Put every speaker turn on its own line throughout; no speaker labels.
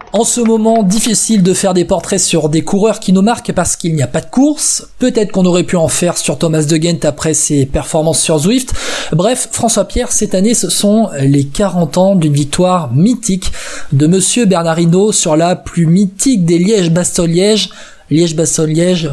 En ce moment, difficile de faire des portraits sur des coureurs qui nous marquent parce qu'il n'y a pas de course. Peut-être qu'on aurait pu en faire sur Thomas de Gendt après ses performances sur Zwift. Bref, François Pierre, cette année, ce sont les 40 ans d'une victoire mythique de Monsieur Bernard Hinault sur la plus mythique des Liège-Bastogne-Liège. Liège-Bastogne-Liège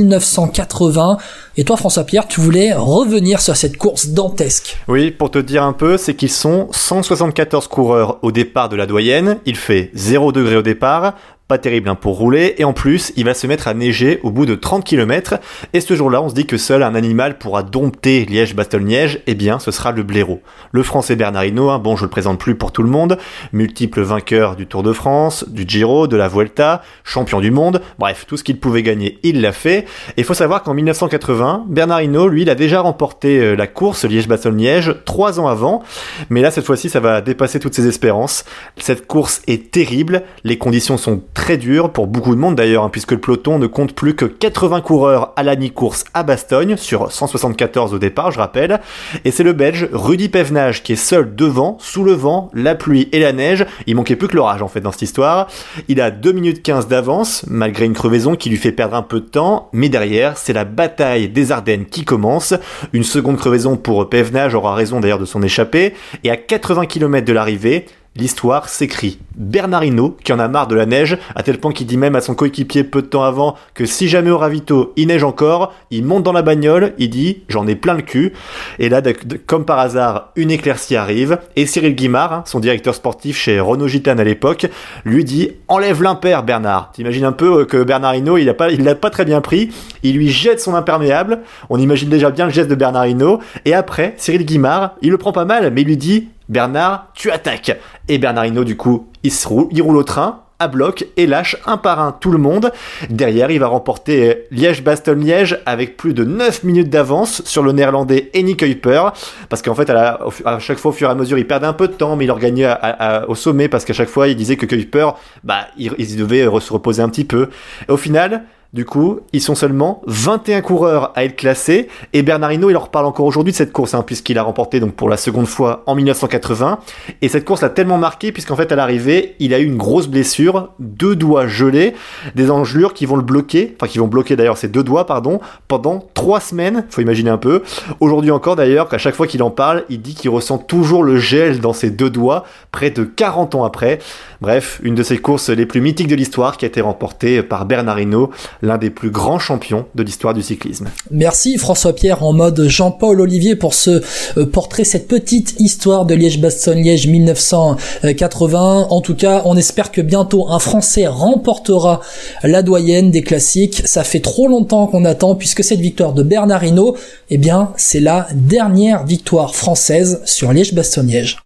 1980. Et toi, François-Pierre, tu voulais revenir sur cette course dantesque.
Oui, pour te dire un peu, c'est qu'ils sont 174 coureurs au départ de la doyenne. Il fait 0 degré au départ. Pas terrible pour rouler, et en plus, il va se mettre à neiger au bout de 30 km, et ce jour-là, on se dit que seul un animal pourra dompter Liège-Bastogne-Liège, eh bien, ce sera le blaireau. Le Français Bernard Hinault, bon, je le présente plus pour tout le monde, multiple vainqueur du Tour de France, du Giro, de la Vuelta, champion du monde, bref, tout ce qu'il pouvait gagner, il l'a fait, et il faut savoir qu'en 1980, Bernard Hinault, lui, il a déjà remporté la course Liège-Bastogne-Liège 3 ans avant, mais là, cette fois-ci, ça va dépasser toutes ses espérances. Cette course est terrible, les conditions sont très dur pour beaucoup de monde d'ailleurs, puisque le peloton ne compte plus que 80 coureurs à la mi-course à Bastogne, sur 174 au départ, je rappelle, et c'est le Belge Rudy Pevenage qui est seul devant, sous le vent, la pluie et la neige. Il manquait plus que l'orage en fait dans cette histoire. Il a 2 minutes 15 d'avance, malgré une crevaison qui lui fait perdre un peu de temps, mais derrière, c'est la bataille des Ardennes qui commence. Une seconde crevaison pour Pevenage, aura raison d'ailleurs de son échappée, et à 80 km de l'arrivée, l'histoire s'écrit. Bernard Hinault, qui en a marre de la neige, à tel point qu'il dit même à son coéquipier peu de temps avant que si jamais au ravito il neige encore, il monte dans la bagnole, il dit « j'en ai plein le cul ». Et là, comme par hasard, une éclaircie arrive, et Cyril Guimard, son directeur sportif chez Renault Gitane à l'époque, lui dit « enlève l'impair Bernard ». T'imagines un peu que Bernard Hinault, il l'a pas très bien pris, il lui jette son imperméable, on imagine déjà bien le geste de Bernard Hinault, et après, Cyril Guimard, il le prend pas mal, mais il lui dit « Bernard, tu attaques !» Et Bernard Hinault, du coup, il roule au train, à bloc, et lâche un par un tout le monde. Derrière, il va remporter Liège-Bastogne-Liège avec plus de 9 minutes d'avance sur le néerlandais Hennie Kuiper, parce qu'en fait, à chaque fois, au fur et à mesure, il perdait un peu de temps, mais il regagnait au sommet, parce qu'à chaque fois, il disait que Kuiper, il devait se reposer un petit peu. Et au final, du coup, ils sont seulement 21 coureurs à être classés, et Bernard Hinault, il en reparle encore aujourd'hui de cette course, puisqu'il a remporté donc pour la seconde fois en 1980, et cette course l'a tellement marqué, puisqu'en fait, à l'arrivée, il a eu une grosse blessure, 2 doigts gelés, des engelures qui vont le bloquer, qui vont bloquer d'ailleurs ses 2 doigts, pendant 3 semaines, faut imaginer un peu. Aujourd'hui encore d'ailleurs, à chaque fois qu'il en parle, il dit qu'il ressent toujours le gel dans ses 2 doigts, près de 40 ans après. Bref, une de ces courses les plus mythiques de l'histoire qui a été remportée par Bernard Hinault, l'un des plus grands champions de l'histoire du cyclisme.
Merci François-Pierre en mode Jean-Paul Olivier pour ce portrait, cette petite histoire de Liège-Bastogne-Liège 1980. En tout cas, on espère que bientôt un Français remportera la doyenne des classiques. Ça fait trop longtemps qu'on attend, puisque cette victoire de Bernard Hinault, c'est la dernière victoire française sur Liège-Bastogne-Liège.